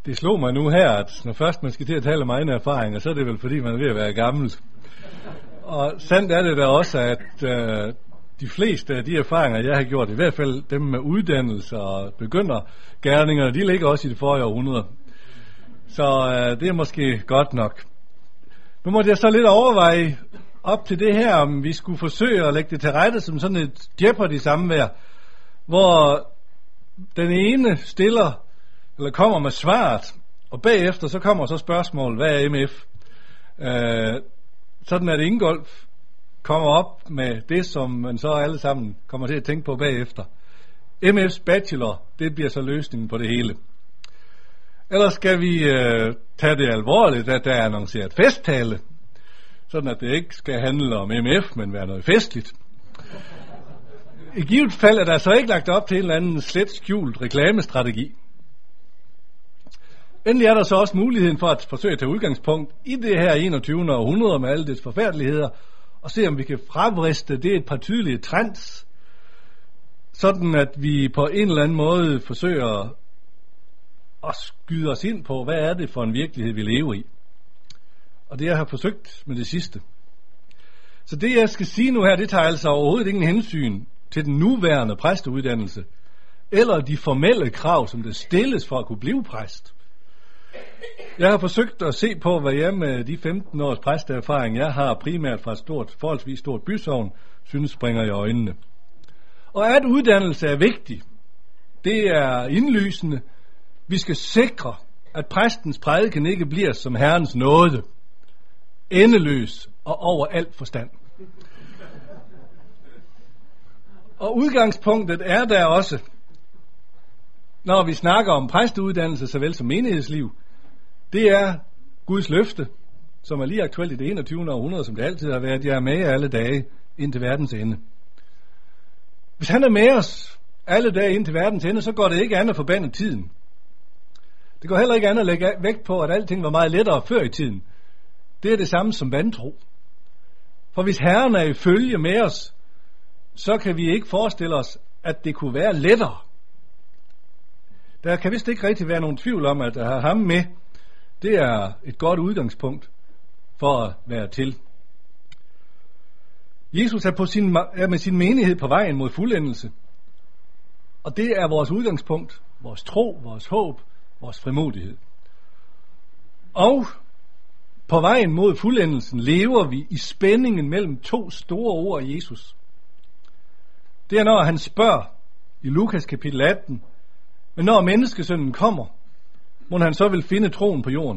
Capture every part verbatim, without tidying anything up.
Det slog mig nu her, at når først man skal til at tale om egne erfaringer, så er det vel fordi, man er ved at være gammel. Og sandt er det da også, at øh, de fleste af de erfaringer, jeg har gjort, i hvert fald dem med uddannelse og begyndergerninger, de ligger også i det forrige århundrede. Så øh, det er måske godt nok. Nu måtte jeg så lidt overveje op til det her, om vi skulle forsøge at lægge det til rette som sådan et Jeopardy-samvær, hvor den ene stiller, eller kommer med svaret, og bagefter så kommer så spørgsmålet, hvad er M F? Øh, sådan at Ingolf kommer op med det, som man så alle sammen kommer til at tænke på bagefter. M F's bachelor, det bliver så løsningen på det hele. Ellers skal vi øh, tage det alvorligt, at der er annonceret festtale, sådan at det ikke skal handle om M F, men være noget festligt. I givet fald er der så ikke lagt op til en eller anden slet skjult reklamestrategi. Endelig er der så også muligheden for at forsøge at tage udgangspunkt i det her enogtyvende århundrede med alle dets forfærdeligheder, og se om vi kan fravriste det et par tydelige trends, sådan at vi på en eller anden måde forsøger at skyde os ind på, hvad er det for en virkelighed, vi lever i. Og det jeg har forsøgt med det sidste. Så det jeg skal sige nu her, det tager altså overhovedet ingen hensyn til den nuværende præsteuddannelse, eller de formelle krav, som det stilles for at kunne blive præst. Jeg har forsøgt at se på, hvad jeg med de femten års præsteerfaring, jeg har primært fra et stort, forholdsvis stort bysogn, synes springer i øjnene. Og at uddannelse er vigtig, det er indlysende. Vi skal sikre, at præstens prædiken ikke bliver som Herrens nåde, endeløs og over alt forstand. Og udgangspunktet er der også, når vi snakker om præsteuddannelse såvel som menighedsliv, det er Guds løfte, som er lige aktuelt i det enogtyvende århundrede, som det altid har været. Jeg er med alle dage ind til verdens ende. Hvis han er med os alle dage ind til verdens ende, så går det ikke an at forbande tiden. Det går heller ikke an at lægge vægt på, at alting var meget lettere før i tiden. Det er det samme som vantro. For hvis Herren er i følge med os, så kan vi ikke forestille os, at det kunne være lettere. Der kan vist ikke rigtig være nogen tvivl om, at at have ham med, det er et godt udgangspunkt for at være til. Jesus er, på sin, er med sin menighed på vejen mod fuldendelse. Og det er vores udgangspunkt, vores tro, vores håb, vores frimodighed. Og på vejen mod fuldendelsen lever vi i spændingen mellem to store ord af Jesus. Det er, når han spørger i Lukas kapitel atten, men når menneskesønnen kommer, må han så vil finde troen på jorden.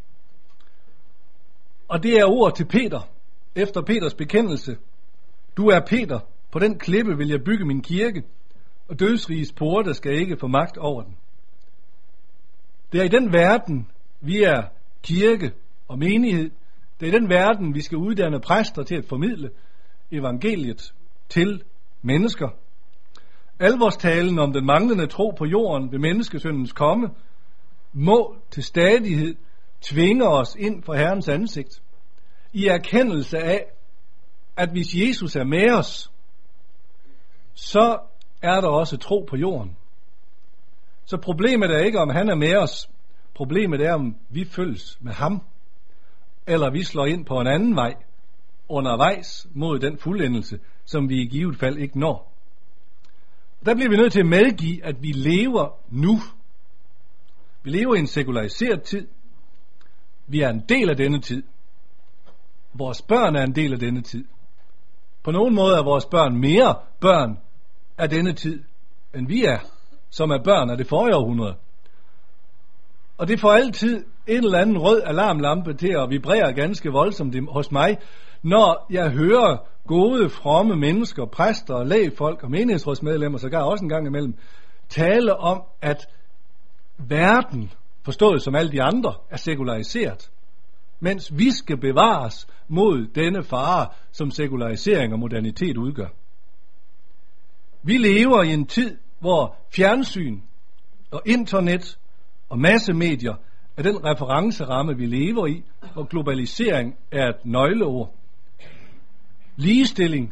Og det er ord til Peter, efter Peters bekendelse. Du er Peter, på den klippe vil jeg bygge min kirke, og dødsrigets porte skal ikke få magt over den. Det er i den verden, vi er kirke og menighed. Det er i den verden, vi skal uddanne præster til at formidle evangeliet til mennesker. Alvorstalen om den manglende tro på jorden ved menneskesøndens komme, må til stadighed tvinge os ind for Herrens ansigt, i erkendelse af, at hvis Jesus er med os, så er der også tro på jorden. Så problemet er ikke, om han er med os. Problemet er, om vi følges med ham, eller vi slår ind på en anden vej, undervejs mod den fuldendelse, som vi i givet fald ikke når. Der bliver vi nødt til at medgive, at vi lever nu. Vi lever i en sekulariseret tid. Vi er en del af denne tid. Vores børn er en del af denne tid. På nogen måde er vores børn mere børn af denne tid, end vi er, som er børn af det forrige århundrede. Og det får altid en eller anden rød alarmlampe til at vibrere ganske voldsomt hos mig, når jeg hører gode, fromme mennesker, præster, lægfolk og menighedsrådsmedlemmer, sågar også en gang imellem, tale om, at verden, forstået som alle de andre, er sekulariseret, mens vi skal bevares mod denne fare, som sekularisering og modernitet udgør. Vi lever i en tid, hvor fjernsyn og internet og massemedier er den referenceramme, vi lever i, hvor globalisering er et nøgleord. Ligestilling,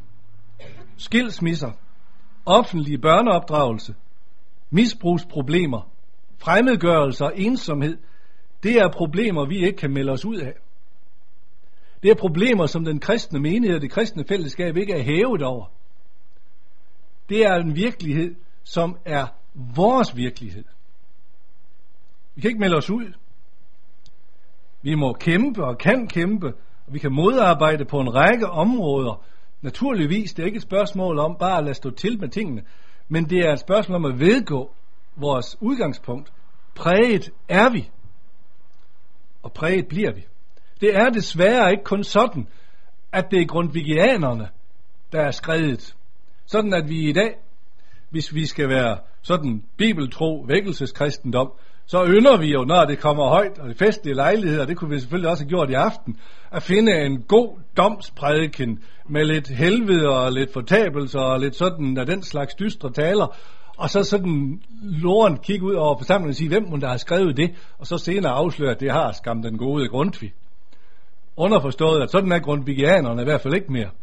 skilsmisser, offentlig børneopdragelse, misbrugsproblemer, fremmedgørelse og ensomhed, det er problemer, vi ikke kan melde os ud af. Det er problemer, som den kristne menighed og det kristne fællesskab ikke er hævet over. Det er en virkelighed, som er vores virkelighed. Vi kan ikke melde os ud. Vi må kæmpe og kan kæmpe, og vi kan modarbejde på en række områder. Naturligvis, det er ikke et spørgsmål om bare at lade stå til med tingene, men det er et spørgsmål om at vedgå vores udgangspunkt. Præget er vi, og præget bliver vi. Det er desværre ikke kun sådan, at det er grundtvigianerne, der er skredet. Sådan at vi i dag, hvis vi skal være sådan bibeltro vækkelseskristendom, så ynder vi jo, når det kommer højt, og det festlige lejligheder, det kunne vi selvfølgelig også have gjort i aften, at finde en god domsprædiken med lidt helvede og lidt fortabelser og lidt sådan af den slags dystre taler, og så sådan loren kigge ud over forsamlingen og sige, hvem må der har skrevet det, og så senere afsløre, at det har skam den gode Grundtvig. Underforstået, at sådan er grundtvigianerne i hvert fald ikke mere.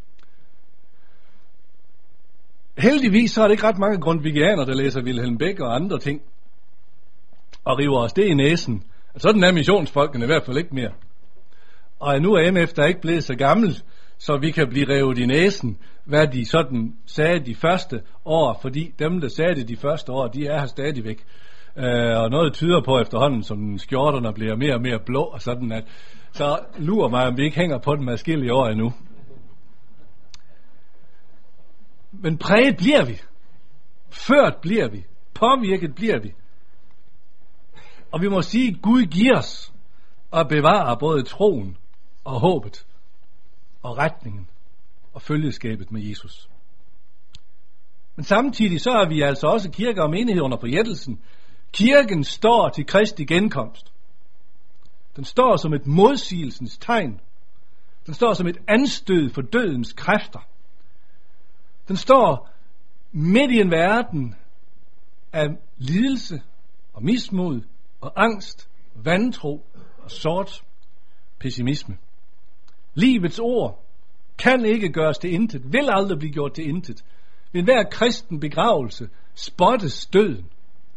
Heldigvis så er det ikke ret mange grundtvigianer, der læser Wilhelm Beck og andre ting, og river os det i næsen. Sådan er missionsfolkene i hvert fald ikke mere. Og nu er M F der ikke blevet så gammel, så vi kan blive revet i næsen, hvad de sådan sagde de første år, fordi dem, der sagde det de første år, de er her stadigvæk. Øh, og noget tyder på efterhånden, som skjorterne bliver mere og mere blå, og sådan at, så lurer mig, om vi ikke hænger på dem adskillige år endnu. Men præget bliver vi. Ført bliver vi. Påvirket bliver vi. Og vi må sige, at Gud giver os at bevare både troen og håbet og retningen og følgeskabet med Jesus. Men samtidig så er vi altså også kirker og menighed under forjættelsen. Kirken står til Kristi genkomst. Den står som et modsigelsens tegn. Den står som et anstød for dødens kræfter. Den står midt i en verden af lidelse og mismod og angst, vantro og sort pessimisme. Livets ord kan ikke gøres til intet, vil aldrig blive gjort til intet. Ved hver kristen begravelse spottes døden.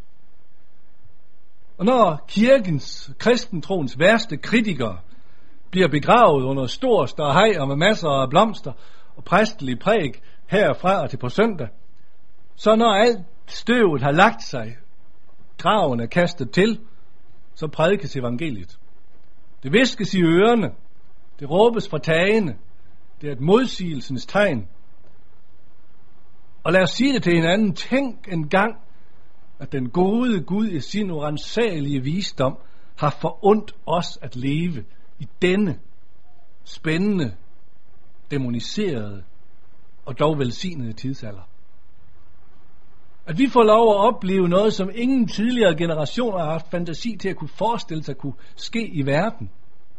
Og når kirkens, kristentroens værste kritikere bliver begravet under stor ståhej og med masser af blomster og præstelig præg herfra og til på søndag, så når alt støvet har lagt sig, graven er kastet til, så prædikes evangeliet. Det viskes i ørerne, det råbes fra tagene, det er et modsigelsens tegn. Og lad os sige det til hinanden, tænk en gang, at den gode Gud i sin uransagelige visdom har forundt os at leve i denne spændende, dæmoniserede og dog velsignede tidsalder. At vi får lov at opleve noget, som ingen tidligere generationer har haft fantasi til at kunne forestille sig kunne ske i verden.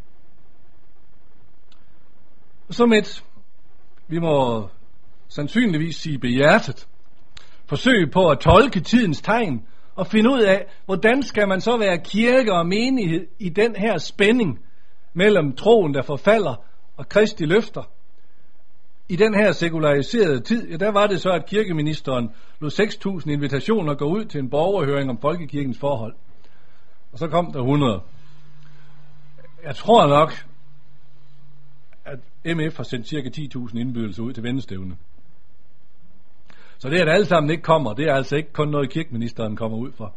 Som et, vi må sandsynligvis sige behjertet, forsøg på at tolke tidens tegn og finde ud af, hvordan skal man så være kirke og menighed i den her spænding mellem troen, der forfalder, og Kristi løfter. I den her sekulariserede tid, ja, der var det så, at kirkeministeren lod seks tusind invitationer gå ud til en borgerhøring om folkekirkens forhold. Og så kom der hundrede. Jeg tror nok, at M F har sendt cirka ti tusind indbydelser ud til vennestævne. Så det, at alle sammen ikke kommer, det er altså ikke kun noget, kirkeministeren kommer ud for.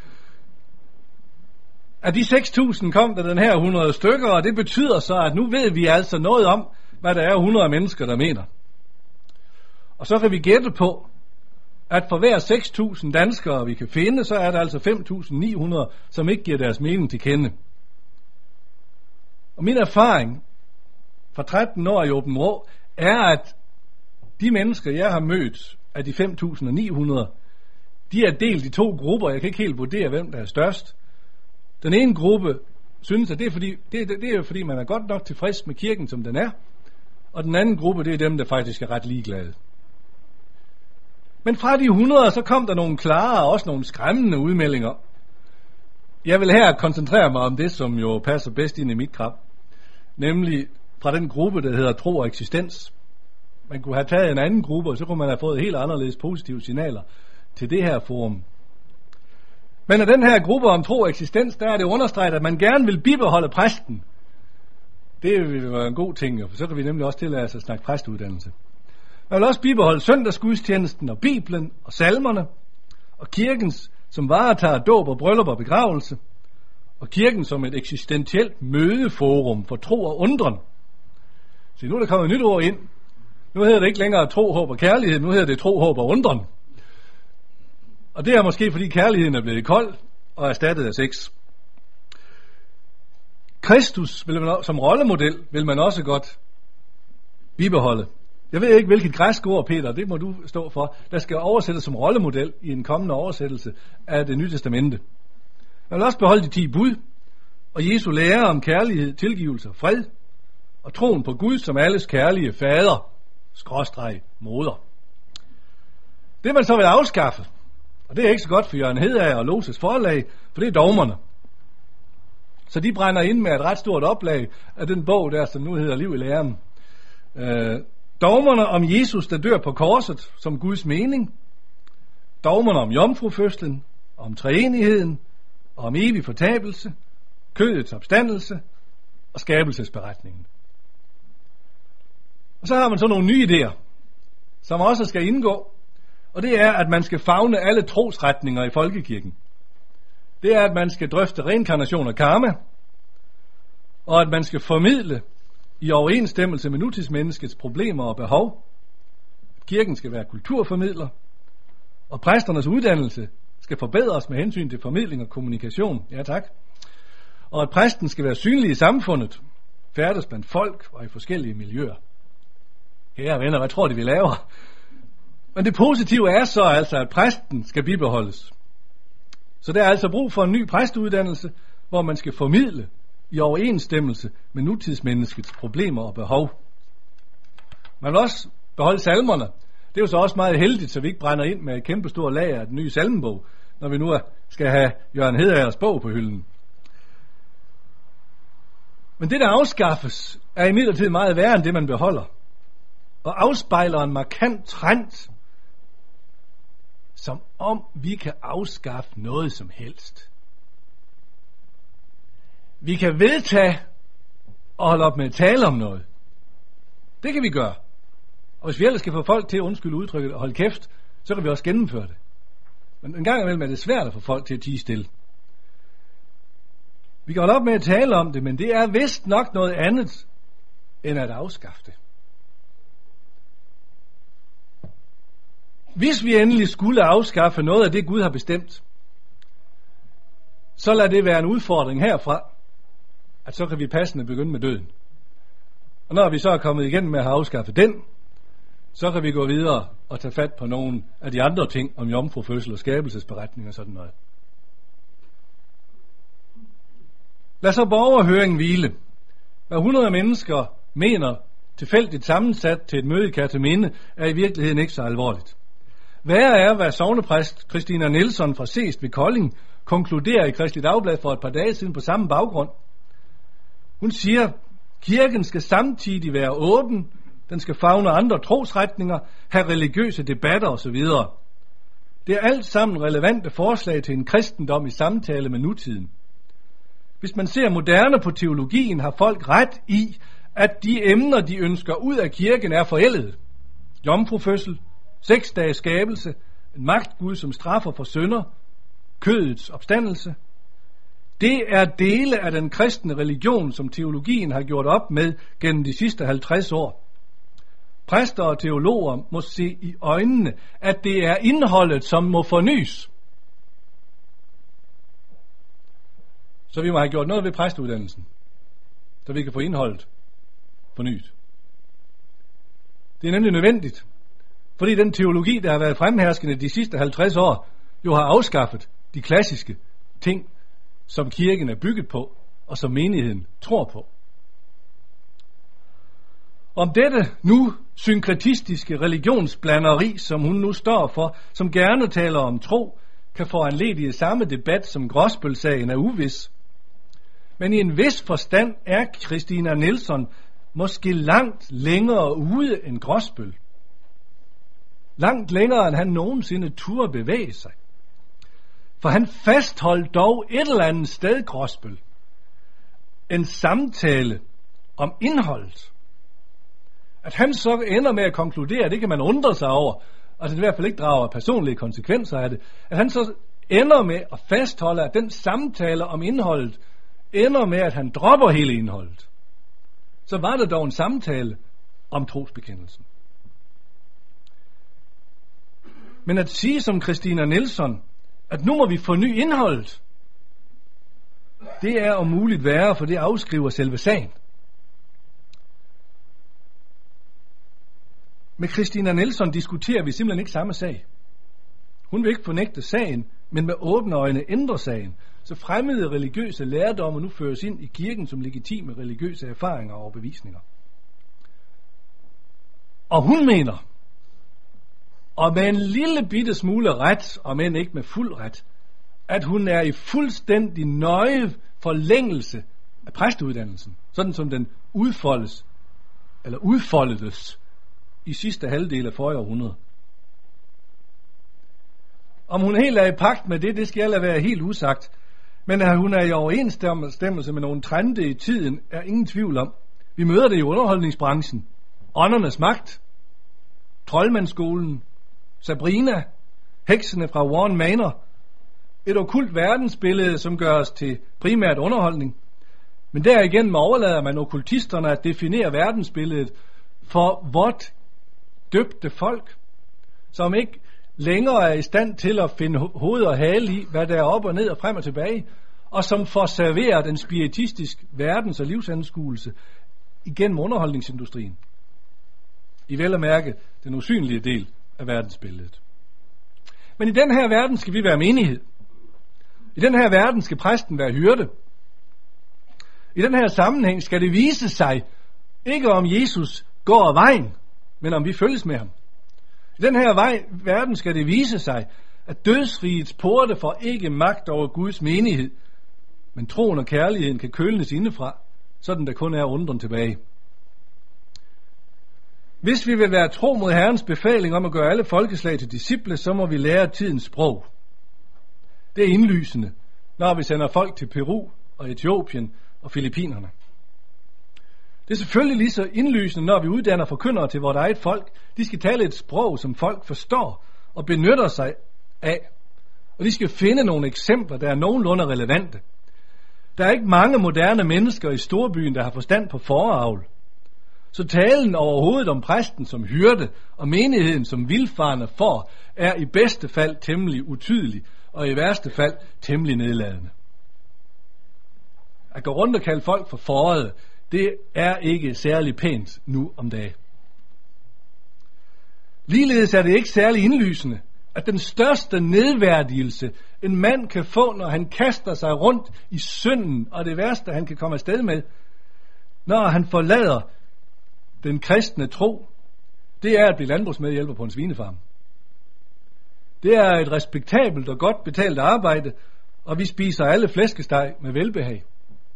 Af de seks tusind kom der den her hundrede stykker, og det betyder så, at nu ved vi altså noget om, hvad der er hundrede mennesker, der mener. Og så kan vi gætte på, at for hver seks tusind danskere, vi kan finde, så er der altså fem tusind ni hundrede, som ikke giver deres mening til kende. Og min erfaring fra tretten år i Åben Rå er, at de mennesker, jeg har mødt af de fem tusind ni hundrede, de er delt i to grupper. Jeg kan ikke helt vurdere, hvem der er størst. Den ene gruppe synes, at det er, fordi, det, det, det er fordi, man er godt nok tilfreds med kirken, som den er. Og den anden gruppe, det er dem, der faktisk er ret ligeglade. Men fra de hundrede, så kom der nogle klare og også nogle skræmmende udmeldinger. Jeg vil her koncentrere mig om det, som jo passer bedst ind i mit kram. Nemlig fra den gruppe, der hedder tro og eksistens. Man kunne have taget en anden gruppe, og så kunne man have fået helt anderledes positive signaler til det her forum. Men af den her gruppe om tro og eksistens, der er det understreget, at man gerne vil bibeholde præsten. Det vil være en god ting, for så kan vi nemlig også tillade os at snakke præstuddannelse. Man vil også bibeholde søndagsgudstjenesten og Bibelen og salmerne, og kirkens, som varetager dåb og bryllup og begravelse, og kirken som et eksistentielt mødeforum for tro og undren. Så nu er der kommet et nyt ord ind. Nu hedder det ikke længere tro, håb og kærlighed, nu hedder det tro, håb og undren. Og det er måske fordi kærligheden er blevet kold og erstattet af sex. Kristus vil man, som rollemodel vil man også godt bibeholde. Jeg ved ikke, hvilket græsk ord, Peter, det må du stå for, der skal oversættes som rollemodel i en kommende oversættelse af Det Nye Testamente. Man vil også beholde de ti bud, og Jesu lære om kærlighed, tilgivelse og fred, og troen på Gud som alles kærlige fader, skråstreg moder. Det man så vil afskaffe, og det er ikke så godt for Jørgen Hedager og Loses forlag, for det er dogmerne. Så de brænder ind med et ret stort oplag af den bog der, som nu hedder Liv i læren. Øh, dogmerne om Jesus, der dør på korset som Guds mening. Dogmerne om jomfrufødslen, om treenigheden, om evig fortabelse, kødets opstandelse og skabelsesberetningen. Og så har man så nogle nye idéer, som også skal indgå, og det er, at man skal favne alle trosretninger i folkekirken. Det er, at man skal drøfte reinkarnation og karma, og at man skal formidle i overensstemmelse med nutidsmenneskets problemer og behov. Kirken skal være kulturformidler, og præsternes uddannelse skal forbedres med hensyn til formidling og kommunikation. Ja, tak. Og at præsten skal være synlig i samfundet, færdes blandt folk og i forskellige miljøer. Kære venner, hvad tror de, vi laver? Men det positive er så altså, at præsten skal bibeholdes. Så der er altså brug for en ny præsteuddannelse, hvor man skal formidle i overensstemmelse med nutidsmenneskets problemer og behov. Man vil også beholde salmerne. Det er jo så også meget heldigt, så vi ikke brænder ind med et kæmpe stort lager af den nye salmebog, når vi nu skal have Jørgen Hedagers bog på hylden. Men det, der afskaffes, er imidlertid meget værre end det, man beholder, og afspejler en markant trend, som om vi kan afskaffe noget som helst. Vi kan vedtage og holde op med at tale om noget. Det kan vi gøre. Og hvis vi ellers skal få folk til at undskylde udtrykket og holde kæft, så kan vi også gennemføre det. Men en gang imellem er det svært at få folk til at tie stille. Vi kan holde op med at tale om det, men det er vist nok noget andet end at afskaffe det. Hvis vi endelig skulle afskaffe noget af det, Gud har bestemt, så lad det være en udfordring herfra, at så kan vi passende begynde med døden. Og når vi så er kommet igen med at have afskaffet den, så kan vi gå videre og tage fat på nogle af de andre ting om jomfrufødsel og skabelsesberetning og sådan noget. Lad så borgerhøringen hvile. Hvad hundrede mennesker mener tilfældigt sammensat til et møde i Kerteminde, er i virkeligheden ikke så alvorligt. Værre er, hvad sognepræst Christina Nielsen fra Seest ved Kolding konkluderer i Kristeligt Dagblad for et par dage siden på samme baggrund. Hun siger, kirken skal samtidig være åben, den skal favne andre trosretninger, have religiøse debatter osv. Det er alt sammen relevante forslag til en kristendom i samtale med nutiden. Hvis man ser moderne på teologien, har folk ret i, at de emner, de ønsker ud af kirken, er forældede. Jomfrufødsel, seks dages skabelse, en magtgud, som straffer for synder, kødets opstandelse. Det er dele af den kristne religion, som teologien har gjort op med gennem de sidste halvtreds år. Præster og teologer må se i øjnene, at det er indholdet, som må fornyes. Så vi må have gjort noget ved præsteuddannelsen, så vi kan få indholdet fornyet. Det er nemlig nødvendigt, fordi den teologi, der har været fremherskende de sidste halvtreds år, jo har afskaffet de klassiske ting, som kirken er bygget på, og som menigheden tror på. Om dette nu synkretistiske religionsblanderi, som hun nu står for, som gerne taler om tro, kan foranledige samme debat som Gråsbøl-sagen er uvis. Men i en vis forstand er Christina Nielsen måske langt længere ude end Gråsbøl. Langt længere end han nogensinde turde bevæge sig. For han fastholdt dog et eller andet sted, Grosbøll, en samtale om indholdet. At han så ender med at konkludere, det kan man undre sig over, og det i hvert fald ikke drager personlige konsekvenser af det, at han så ender med at fastholde, at den samtale om indholdet ender med, at han dropper hele indholdet. Så var det dog en samtale om trosbekendelsen. Men at sige som Christina Nielsen, at nu må vi forny indholdet, det er om muligt værre, for det afskriver selve sagen. Med Christina Nielsen diskuterer vi simpelthen ikke samme sag. Hun vil ikke fornægte sagen, men med åbne øjne ændre sagen, så fremmede religiøse lærdomme nu føres ind i kirken som legitime religiøse erfaringer og bevisninger. Og hun mener, og med en lille bitte smule ret, og men ikke med fuld ret, at hun er i fuldstændig nøje forlængelse af præsteuddannelsen, sådan som den udfoldes, eller udfoldedes i sidste halvdel af forrige århundrede. Om hun helt er i pagt med det, det skal jeg lade være helt usagt, men at hun er i overensstemmelse med nogle trende i tiden, er ingen tvivl om. Vi møder det i underholdningsbranchen. Åndernes magt, Troldmandsskolen, Sabrina, Heksene fra Warren Manor, et okkult verdensbillede, som gør os til primært underholdning. Men derigennem overlader man okkultisterne at definere verdensbilledet for vort døbte folk, som ikke længere er i stand til at finde hoved og hale i, hvad der er op og ned og frem og tilbage, og som får serveret en spiritistisk verdens- og livsanskuelse igennem underholdningsindustrien. I vel at mærke den usynlige del af verdensbilledet. Men i den her verden skal vi være menighed. I den her verden skal præsten være hyrde. I den her sammenhæng skal det vise sig, ikke om Jesus går af vejen, men om vi følges med ham. I den her vej, verden skal det vise sig, at dødsrigets porte får ikke magt over Guds menighed, men troen og kærligheden kan kølnes indefra, sådan der kun er undren tilbage. Hvis vi vil være tro mod Herrens befaling om at gøre alle folkeslag til disciple, så må vi lære tidens sprog. Det er indlysende, når vi sender folk til Peru og Etiopien og Filippinerne. Det er selvfølgelig lige så indlysende, når vi uddanner forkyndere til vores eget folk. De skal tale et sprog, som folk forstår og benytter sig af. Og de skal finde nogle eksempler, der er nogenlunde relevante. Der er ikke mange moderne mennesker i storbyen, der har forstand på foravl. Så talen overhovedet om præsten som hyrde og menigheden som vildfarne får, er i bedste fald temmelig utydelig, og i værste fald temmelig nedladende. At gå rundt og kalde folk for forrede, det er ikke særlig pænt nu om dagen. Ligeledes er det ikke særlig indlysende, at den største nedværdigelse, en mand kan få, når han kaster sig rundt i synden, og det værste, han kan komme afsted med, når han forlader den kristne tro, det er at blive landbrugsmedhjælper på en svinefarm. Det er et respektabelt og godt betalt arbejde, og vi spiser alle flæskesteg med velbehag.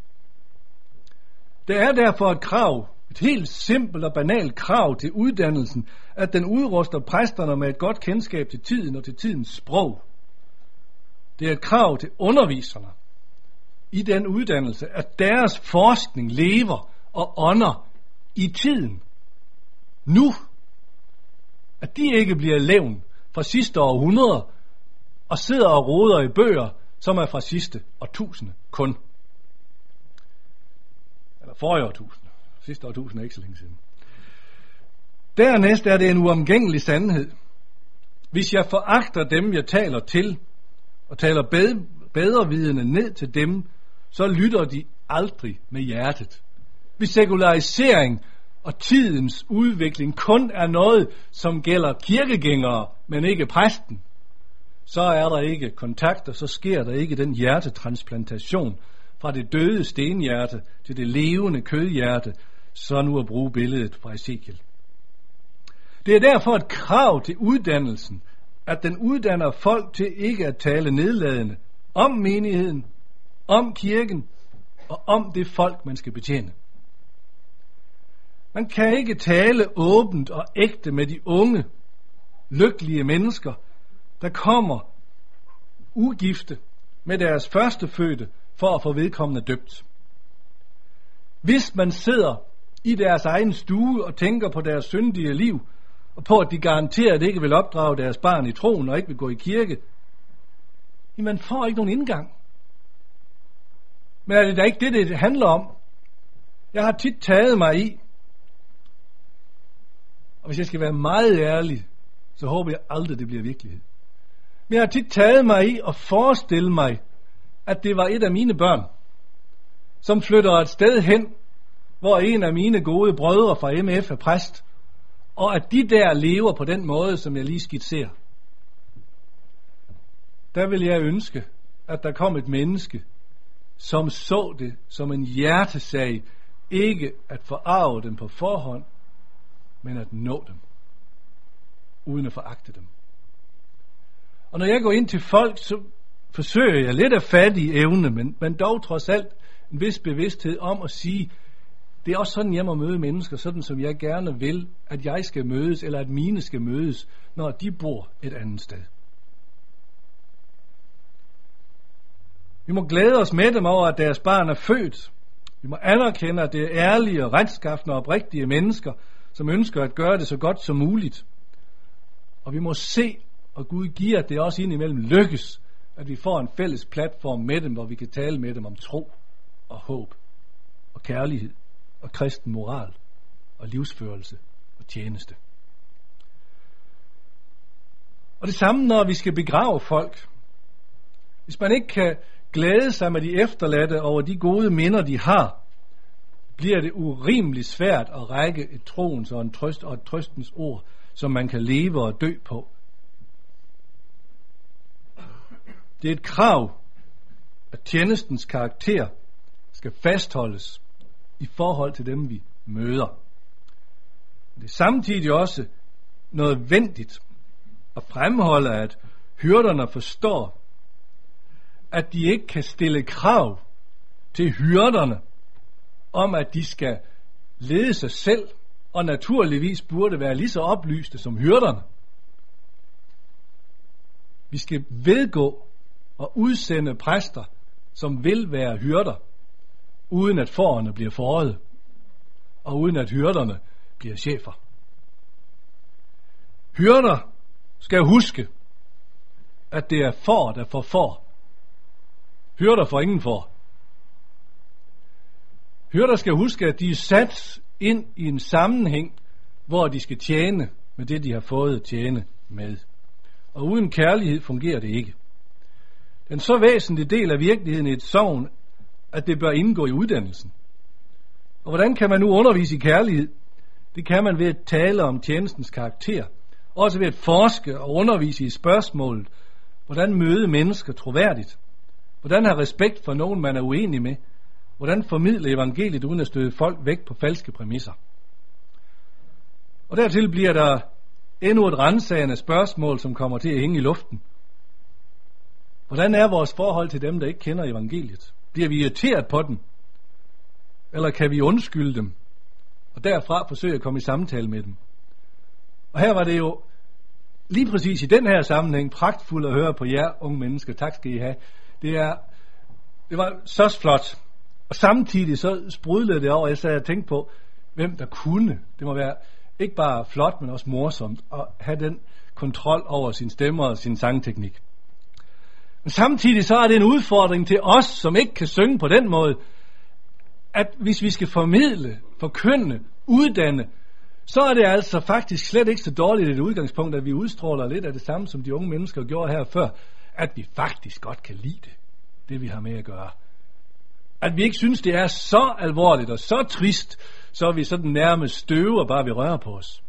Det er derfor et krav, et helt simpelt og banalt krav til uddannelsen, at den udruster præsterne med et godt kendskab til tiden og til tidens sprog. Det er et krav til underviserne i den uddannelse, at deres forskning lever og ånder i tiden. Nu. At de ikke bliver levn fra sidste århundreder og sidder og roder i bøger, som er fra sidste årtusinde kun. Eller forrige årtusinde. Sidste årtusinde er ikke så længe siden. Dernæst er det en uomgængelig sandhed. Hvis jeg foragter dem, jeg taler til, og taler bedre, bedrevidende ned til dem, så lytter de aldrig med hjertet. Hvis sekularisering og tidens udvikling kun er noget, som gælder kirkegængere, men ikke præsten, så er der ikke kontakt, og så sker der ikke den hjertetransplantation fra det døde stenhjerte til det levende kødhjerte, så nu at bruge billedet fra Ezekiel. Det er derfor et krav til uddannelsen, at den uddanner folk til ikke at tale nedladende om menigheden, om kirken og om det folk, man skal betjene. Man kan ikke tale åbent og ægte med de unge, lykkelige mennesker, der kommer ugifte med deres førstefødte for at få vedkommende døbt. Hvis man sidder i deres egen stue og tænker på deres syndige liv, og på at de garanteret ikke vil opdrage deres barn i troen og ikke vil gå i kirke, jamen man får ikke nogen indgang. Men er det da ikke det, det handler om? Jeg har tit taget mig i, og hvis jeg skal være meget ærlig, så håber jeg aldrig, det bliver virkelighed. Men jeg har tit taget mig i at forestille mig, at det var et af mine børn, som flytter et sted hen, hvor en af mine gode brødre fra M F er præst, og at de der lever på den måde, som jeg lige skitserer. Der vil jeg ønske, at der kom et menneske, som så det som en hjertesag, ikke at forarve dem på forhånd, men at nå dem, uden at foragte dem. Og når jeg går ind til folk, så forsøger jeg lidt af fattig evne, men, men dog trods alt en vis bevidsthed om at sige, det er også sådan, jeg må møde mennesker, sådan som jeg gerne vil, at jeg skal mødes, eller at mine skal mødes, når de bor et andet sted. Vi må glæde os med dem over, at deres barn er født. Vi må anerkende, at det er ærlige og retskaffende og oprigtige mennesker, som ønsker at gøre det så godt som muligt. Og vi må se, og Gud giver, at det også indimellem lykkes, at vi får en fælles platform med dem, hvor vi kan tale med dem om tro og håb og kærlighed og kristen moral og livsførelse og tjeneste. Og det samme, når vi skal begrave folk. Hvis man ikke kan glæde sig med de efterladte over de gode minder, de har, bliver det urimeligt svært at række et troens og en trøst og et trøstens ord, som man kan leve og dø på. Det er et krav, at tjenestens karakter skal fastholdes i forhold til dem, vi møder. Det er samtidig også nødvendigt at fremholde, at hyrderne forstår, at de ikke kan stille krav til hyrderne om, at de skal lede sig selv, og naturligvis burde være lige så oplyste som hyrderne. Vi skal vedgå og udsende præster, som vil være hyrder, uden at fårene bliver fåret, og uden at hyrderne bliver chefer. Hyrder skal huske, at det er får, der får får. Hyrder får ingen får. Hyrder skal huske, at de er sat ind i en sammenhæng, hvor de skal tjene med det, de har fået at tjene med. Og uden kærlighed fungerer det ikke. Den så væsentlige del af virkeligheden i et sogn, at det bør indgå i uddannelsen. Og hvordan kan man nu undervise i kærlighed? Det kan man ved at tale om tjenestens karakter. Også ved at forske og undervise i spørgsmålet, hvordan møde mennesker troværdigt? Hvordan have respekt for nogen, man er uenig med? Hvordan formidle evangeliet uden at støde folk væk på falske præmisser? Og dertil bliver der endnu et ransagende spørgsmål, som kommer til at hænge i luften. Hvordan er vores forhold til dem, der ikke kender evangeliet? Bliver vi irriteret på dem? Eller kan vi undskylde dem? Og derfra forsøge at komme i samtale med dem. Og her var det jo lige præcis i den her sammenhæng pragtfuldt at høre på jer unge mennesker. Tak skal I have. Det, er, det var så flot. Og samtidig så sprudlede det over, jeg sad og tænkte på, hvem der kunne. Det må være ikke bare flot, men også morsomt at have den kontrol over sin stemme og sin sangteknik. Men samtidig så er det en udfordring til os, som ikke kan synge på den måde, at hvis vi skal formidle, forkynde, uddanne, så er det altså faktisk slet ikke så dårligt et udgangspunkt, at vi udstråler lidt af det samme, som de unge mennesker gjorde her før, at vi faktisk godt kan lide det, det vi har med at gøre. At vi ikke synes, det er så alvorligt og så trist, så vi sådan nærmest støver, bare vi rører på os.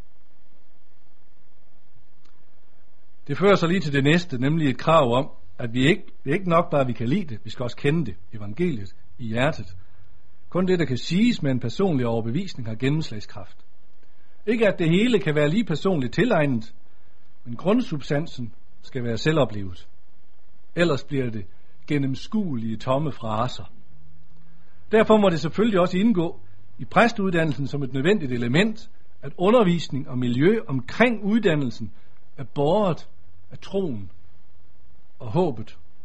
Det fører så lige til det næste, nemlig et krav om, at vi ikke, det er ikke nok bare, at vi kan lide det, vi skal også kende det, evangeliet, i hjertet. Kun det, der kan siges med en personlig overbevisning, har gennemslagskraft. Ikke at det hele kan være lige personligt tilegnet, men grundsubstansen skal være selvoplevet. Ellers bliver det gennemskuelige tomme fraser. Derfor må det selvfølgelig også indgå i præstuddannelsen som et nødvendigt element, at undervisning og miljø omkring uddannelsen er båret af troen og håbet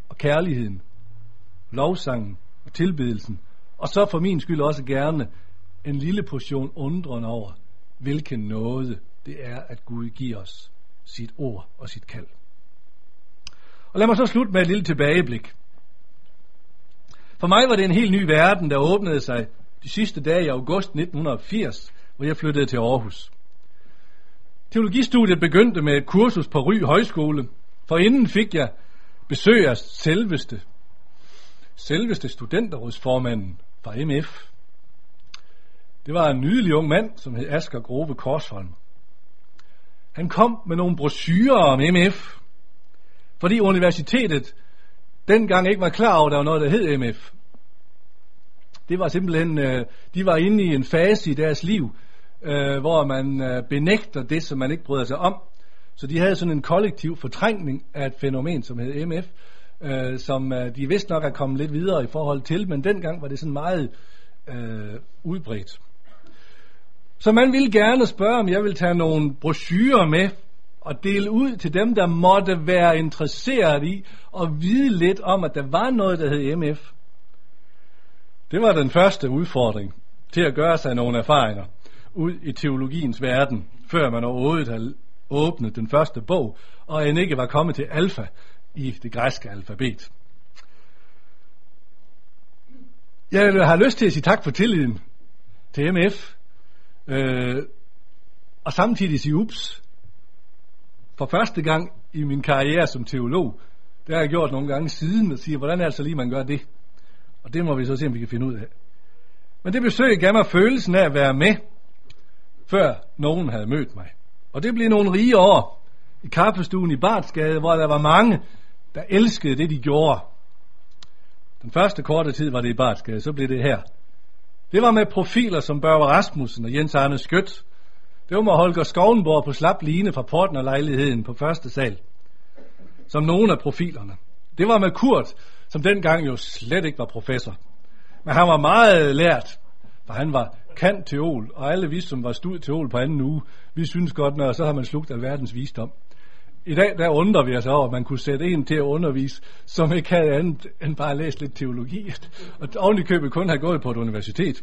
og kærligheden, lovsangen og tilbedelsen, og så for min skyld også gerne en lille portion undren over, hvilken nåde det er, at Gud giver os sit ord og sit kald. Og lad mig så slutte med et lille tilbageblik. For mig var det en helt ny verden, der åbnede sig de sidste dage i august nitten firs, hvor jeg flyttede til Aarhus. Teologistudiet begyndte med et kursus på Ry Højskole, for inden fik jeg besøg af selveste, selveste studenterrådsformanden fra M F. Det var en nydelig ung mand, som hed Asger Grove Korsholm. Han kom med nogle brochurer om M F, fordi universitetet dengang ikke var klar over, at der var noget, der hed M F. Det var simpelthen, de var inde i en fase i deres liv, hvor man benægter det, som man ikke bryder sig om. Så de havde sådan en kollektiv fortrængning af et fænomen, som hed M F, som de vist nok er kommet lidt videre i forhold til, men dengang var det sådan meget øh, udbredt. Så man ville gerne spørge, om jeg ville tage nogle brochurer med og dele ud til dem, der måtte være interesseret i at vide lidt om, at der var noget, der hed M F. Det var den første udfordring til at gøre sig nogle erfaringer ud i teologiens verden, før man overhovedet havde åbnet den første bog, og end ikke var kommet til alfa i det græske alfabet. Jeg har lyst til at sige tak for tilliden til M F, øh, og samtidig sige ups. For første gang i min karriere som teolog, det har jeg gjort nogle gange siden, og siger, hvordan er det så lige, man gør det? Og det må vi så se, om vi kan finde ud af. Men det besøg gav mig følelsen af at være med, før nogen havde mødt mig. Og det blev nogle rige år i kaffestuen i Bartsgade, hvor der var mange, der elskede det, de gjorde. Den første korte tid var det i Bartsgade, så blev det her. Det var med profiler som Børge Rasmussen og Jens Arne Skødt. Det var med Holger Skovnborg på slap line fra Portner-lejligheden på første sal, som nogle af profilerne. Det var med Kurt, som dengang jo slet ikke var professor. Men han var meget lært, for han var kant-teol, og alle vi, som var stud-teol på anden uge, vi synes godt, når så har man slugt alverdens visdom. I dag, der undrer vi os over, at man kunne sætte en til at undervise, som ikke havde andet end bare læst lidt teologi, og oven i købet kun have gået på et universitet.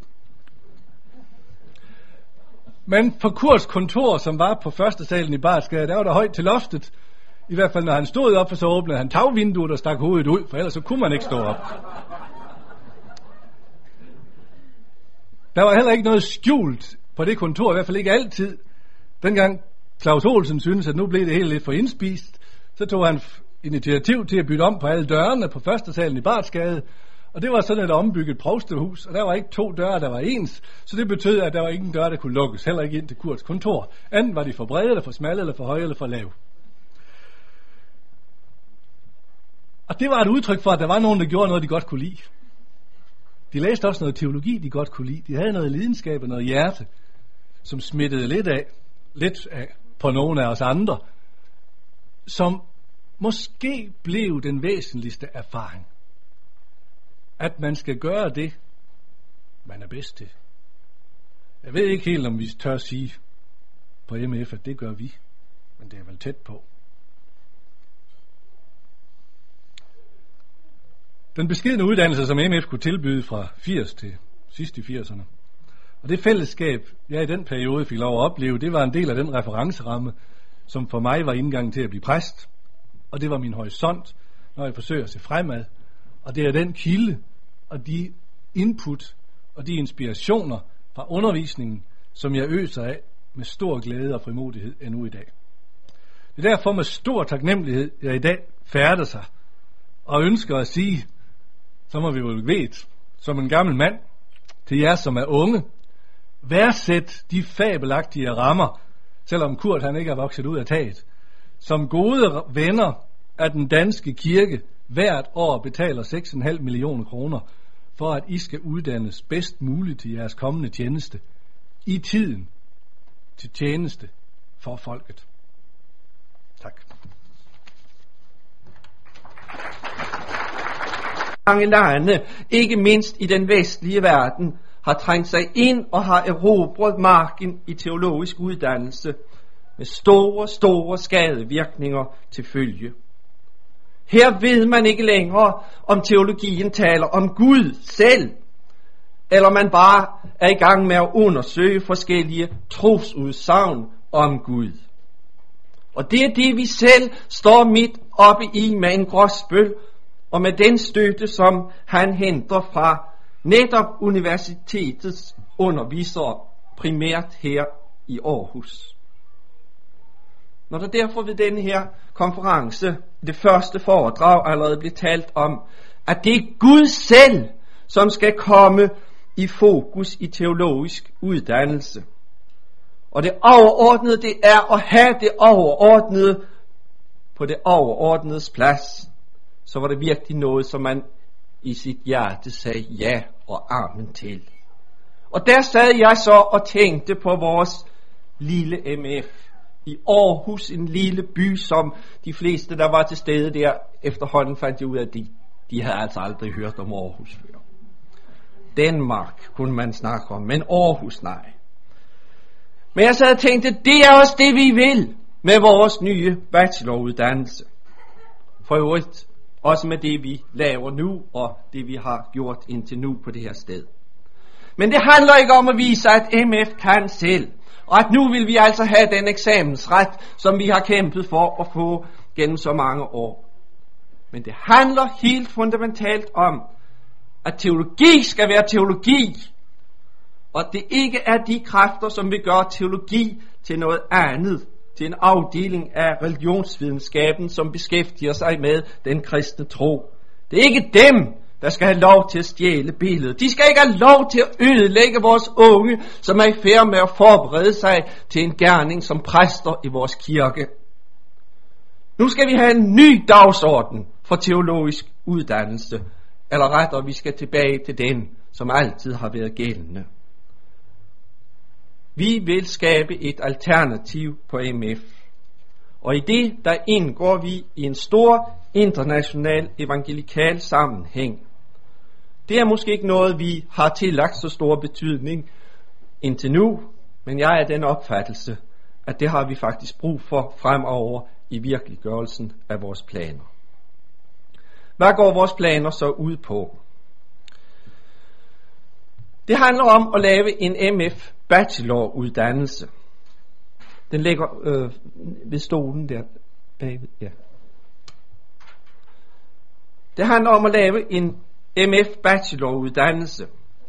Men på Kurts kontor, som var på første salen i Bartsgade, der var der højt til loftet. I hvert fald, når han stod op, så åbnede han tagvinduet og stak hovedet ud, for ellers så kunne man ikke stå op. Der var heller ikke noget skjult på det kontor, i hvert fald ikke altid. Dengang Claus Olsen syntes, at nu blev det helt lidt for indspist, så tog han initiativ til at bytte om på alle dørene på første salen i Bartsgade. Og det var sådan et ombygget provstehus, og der var ikke to døre, der var ens, så det betød, at der var ingen dør, der kunne lukkes, heller ikke ind til Kurts kontor. Enten var de for brede, eller for smalle, eller for høje, eller for lave. Og det var et udtryk for, at der var nogen, der gjorde noget, de godt kunne lide. De læste også noget teologi, de godt kunne lide. De havde noget lidenskab og noget hjerte, som smittede lidt af, lidt af på nogle af os andre, som måske blev den væsentligste erfaring. At man skal gøre det, man er bedst til. Jeg ved ikke helt, om vi tør sige på M F, at det gør vi, men det er vel tæt på. Den beskedne uddannelse, som M F kunne tilbyde fra firs til sidst i firserne, og det fællesskab, jeg i den periode fik lov at opleve, det var en del af den referenceramme, som for mig var indgangen til at blive præst, og det var min horisont, når jeg forsøger at se fremad, og det er den kilde og de input og de inspirationer fra undervisningen, som jeg øser af med stor glæde og frimodighed endnu i dag. Det er derfor med stor taknemmelighed, jeg i dag færder sig og ønsker at sige, så må vi jo vide, som en gammel mand, til jer, som er unge, værdsæt de fabelagtige rammer, selvom Kurt han ikke er vokset ud af taget, som gode venner af den danske kirke hvert år betaler seks komma fem millioner kroner, for at I skal uddannes bedst muligt til jeres kommende tjeneste, i tiden til tjeneste for folket. Tak. Mange lande, ikke mindst i den vestlige verden, har trængt sig ind og har erobret marken i teologisk uddannelse med store, store skadevirkninger til følge. Her ved man ikke længere, om teologien taler om Gud selv, eller man bare er i gang med at undersøge forskellige trosudsagn om Gud. Og det er det, vi selv står midt oppe i med en Grosbøll, og med den støtte, som han henter fra netop universitetets undervisere, primært her i Aarhus. Når der derfor ved denne her konference, det første foredrag, allerede blev talt om, at det er Gud selv, som skal komme i fokus i teologisk uddannelse. Og det overordnede, det er at have det overordnede på det overordnedes plads. Så var det virkelig noget, som man i sit hjerte sagde ja og amen til. Og der sad jeg så og tænkte på vores lille M F i Aarhus, en lille by, som de fleste, der var til stede der, efterhånden fandt de ud af, at de, de havde altså aldrig hørt om Aarhus før. Danmark kunne man snakke om, men Aarhus nej. Men jeg sad og tænkte, det er også det, vi vil med vores nye bacheloruddannelse. For øvrigt også med det, vi laver nu, og det, vi har gjort indtil nu på det her sted. Men det handler ikke om at vise, at M F kan selv, og at nu vil vi altså have den eksamensret, som vi har kæmpet for at få gennem så mange år. Men det handler helt fundamentalt om, at teologi skal være teologi, og det ikke er de kræfter, som vil gøre teologi til noget andet, til en afdeling af religionsvidenskaben, som beskæftiger sig med den kristne tro. Det er ikke dem, der skal have lov til at stjæle billedet. De skal ikke have lov til at ødelægge vores unge, som er i færd med at forberede sig til en gerning som præster i vores kirke. Nu skal vi have en ny dagsorden for teologisk uddannelse, eller rettere, vi skal tilbage til den, som altid har været gældende. Vi vil skabe et alternativ på M F, og i det, der indgår vi i en stor international evangelikal sammenhæng. Det er måske ikke noget, vi har tillagt så stor betydning indtil nu, men jeg er den opfattelse, at det har vi faktisk brug for fremover i virkeliggørelsen af vores planer. Hvad går vores planer så ud på? Det handler om at lave en M F bacheloruddannelse. Den ligger øh, ved stolen der bagved. Ja. Det handler om at lave en M F bacheloruddannelse.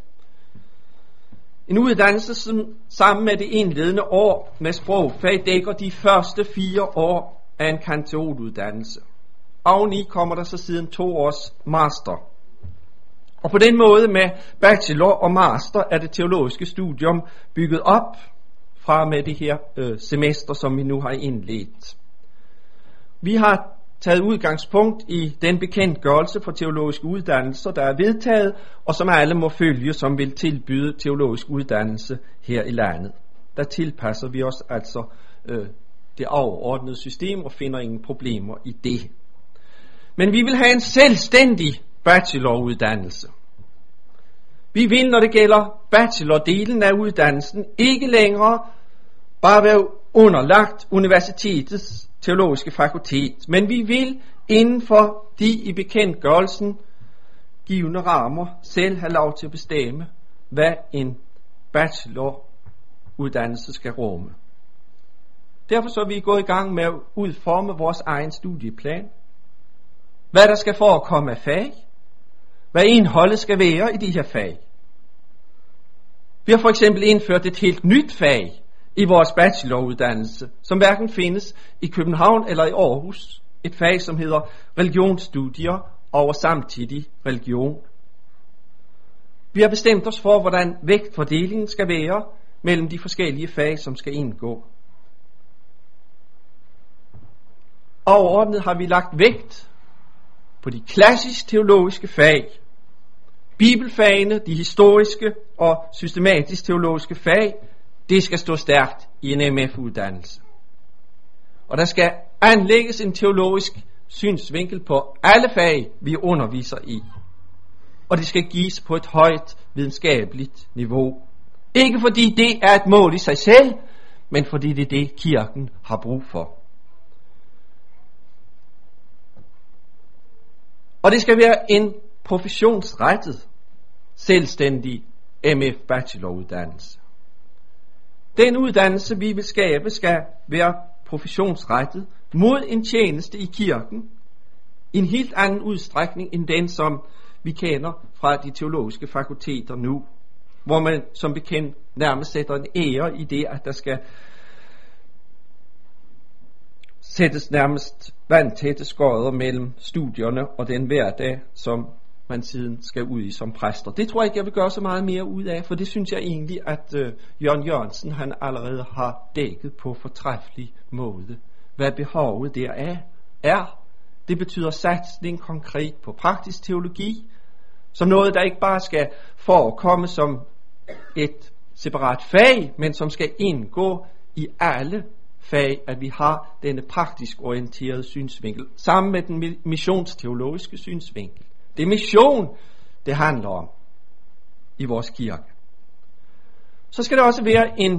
En uddannelse, som sammen med det indledende år med sprogfag dækker de første fire år af en kandidatuddannelse. Oveni kommer der så siden to års master. Og på den måde med bachelor og master er det teologiske studium bygget op fra med det her øh, semester, som vi nu har indledt. Vi har taget udgangspunkt i den bekendtgørelse for teologiske uddannelser, der er vedtaget, og som alle må følge, som vil tilbyde teologisk uddannelse her i landet. Der tilpasser vi os altså øh, det overordnede system og finder ingen problemer i det. Men vi vil have en selvstændig bacheloruddannelse. Vi vil, når det gælder bachelordelen af uddannelsen, ikke længere bare være underlagt universitetets teologiske fakultet, men vi vil inden for de i bekendtgørelsen givne rammer selv have lov til at bestemme, hvad en bacheloruddannelse skal rumme. Derfor så er vi gået i gang med at udforme vores egen studieplan, hvad der skal forekomme af fag, hvad indholdet skal være i de her fag. Vi har for eksempel indført et helt nyt fag i vores bacheloruddannelse, som hverken findes i København eller i Aarhus. Et fag, som hedder religionsstudier over samtidig religion. Vi har bestemt os for, hvordan vægtfordelingen skal være mellem de forskellige fag, som skal indgå. Overordnet har vi lagt vægt på de klassisk teologiske fag. Bibelfagene, de historiske og systematisk teologiske fag, det skal stå stærkt i en M F-uddannelse. Og der skal anlægges en teologisk synsvinkel på alle fag, vi underviser i. Og det skal gives på et højt videnskabeligt niveau. Ikke fordi det er et mål i sig selv, men fordi det er det, kirken har brug for. Og det skal være en professionsrettet, selvstændig M F bacheloruddannelse. Den uddannelse, vi vil skabe, skal være professionsrettet mod en tjeneste i kirken, i en helt anden udstrækning end den, som vi kender fra de teologiske fakulteter nu, hvor man som bekendt nærmest sætter en ære i det, at der skal sættes nærmest vandtætte skodder mellem studierne og den hverdag, som man siden skal ud i som præster. Det tror jeg ikke, jeg vil gøre så meget mere ud af, for det synes jeg egentlig, at øh, Jørgen Jørgensen han allerede har dækket på fortræffelig måde. Hvad behovet der er, er. Det betyder satsning konkret på praktisk teologi, som noget, der ikke bare skal forekomme som et separat fag, men som skal indgå i alle fag, at vi har denne praktisk orienterede synsvinkel, sammen med den missionsteologiske synsvinkel. Det er mission, det handler om i vores kirke. Så skal det også være en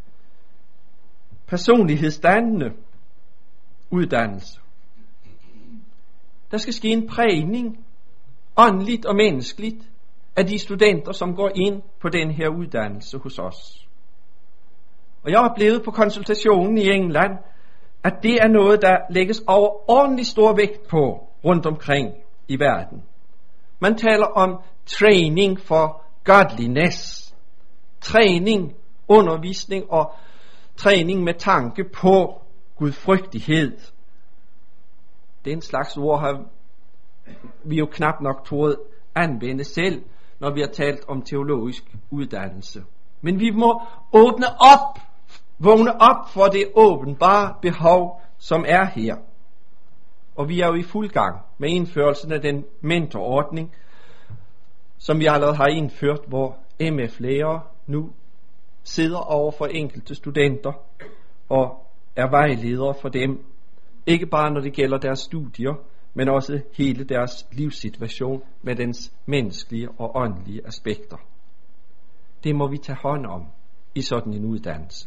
personlighedsdannende uddannelse. Der skal ske en prægning, åndeligt og menneskeligt, af de studenter, som går ind på den her uddannelse hos os. Og jeg har oplevet på konsultationen i England, at det er noget, der lægges overordentlig stor vægt på rundt omkring i verden. Man taler om training for godliness. Træning, undervisning og træning med tanke på gudfrygtighed. Den slags ord har vi jo knap nok tået anvende selv, når vi har talt om teologisk uddannelse. Men vi må åbne op, vågne op for det åbenbare behov, som er her. Og vi er jo i fuld gang med indførelsen af den mentorordning, som vi allerede har indført, hvor M F-lærere nu sidder over for enkelte studenter og er vejledere for dem, ikke bare når det gælder deres studier, men også hele deres livssituation med dens menneskelige og åndelige aspekter. Det må vi tage hånd om i sådan en uddannelse.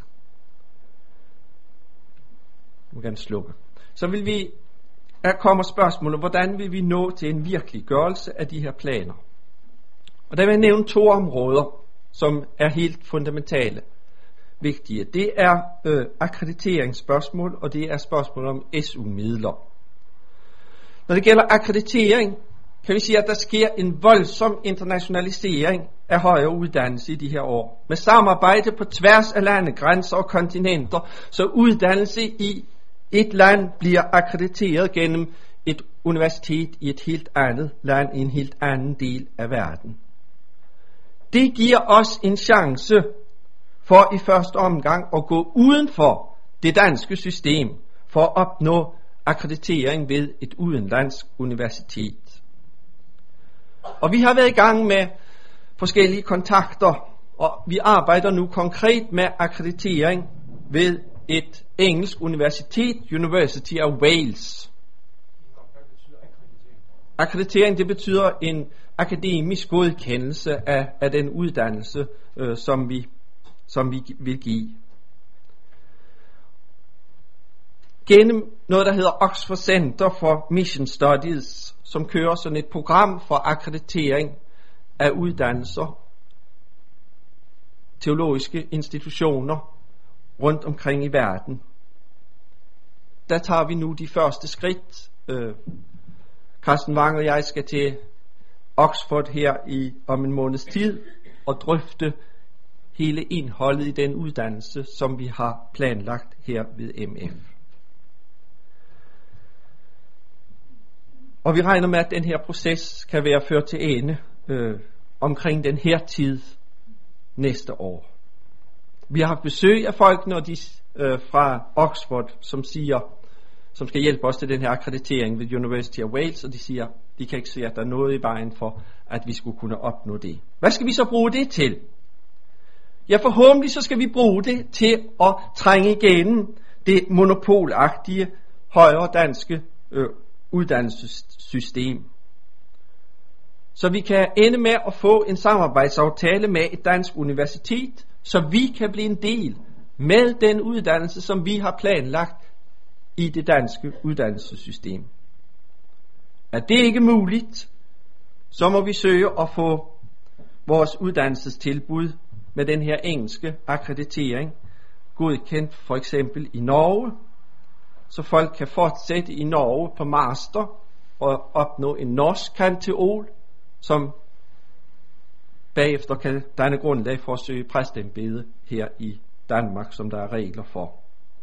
Nu kan jeg slukke. Så vil vi, her kommer spørgsmålet, hvordan vil vi nå til en virkeliggørelse af de her planer? Og der vil jeg nævne to områder, som er helt fundamentale, vigtige. Det er øh, akkrediteringsspørgsmål, og det er spørgsmål om S U-midler. Når det gælder akkreditering, kan vi sige, at der sker en voldsom internationalisering af højere uddannelse i de her år. Med samarbejde på tværs af landegrænser og kontinenter, så uddannelse i et land bliver akkrediteret gennem et universitet i et helt andet land, i en helt anden del af verden. Det giver os en chance for i første omgang at gå uden for det danske system, for at opnå akkreditering ved et udenlandsk universitet. Og vi har været i gang med forskellige kontakter, og vi arbejder nu konkret med akkreditering ved et engelsk universitet, University of Wales. Akkreditering, det betyder en akademisk godkendelse af, af den uddannelse, øh, som, vi, som vi vil give. Gennem noget, der hedder Oxford Center for Mission Studies, som kører sådan et program for akkreditering af uddannelser, teologiske institutioner rundt omkring i verden. Der tager vi nu de første skridt. Øh, Carsten Wang og jeg skal til Oxford her i om en måneds tid og drøfte hele indholdet i den uddannelse, som vi har planlagt her ved M F. Og vi regner med, at den her proces kan være ført til ende øh, omkring den her tid næste år. Vi har haft besøg af folk, når de øh, fra Oxford, som siger, som skal hjælpe os til den her akkreditering ved University of Wales, og de siger, de kan ikke se, at der er noget i vejen for, at vi skulle kunne opnå det. Hvad skal vi så bruge det til? Ja, forhåbentlig så skal vi bruge det til at trænge igennem det monopolagtige højere danske øh, uddannelsessystem. Så vi kan ende med at få en samarbejdsaftale med et dansk universitet, så vi kan blive en del med den uddannelse, som vi har planlagt i det danske uddannelsessystem. Er det ikke muligt, så må vi søge at få vores uddannelsestilbud med den her engelske akkreditering godkendt for eksempel i Norge, så folk kan fortsætte i Norge på master og opnå en norsk kanteol, som bagefter kan danne grundlag for at søge præstembede her i Danmark, som der er regler for.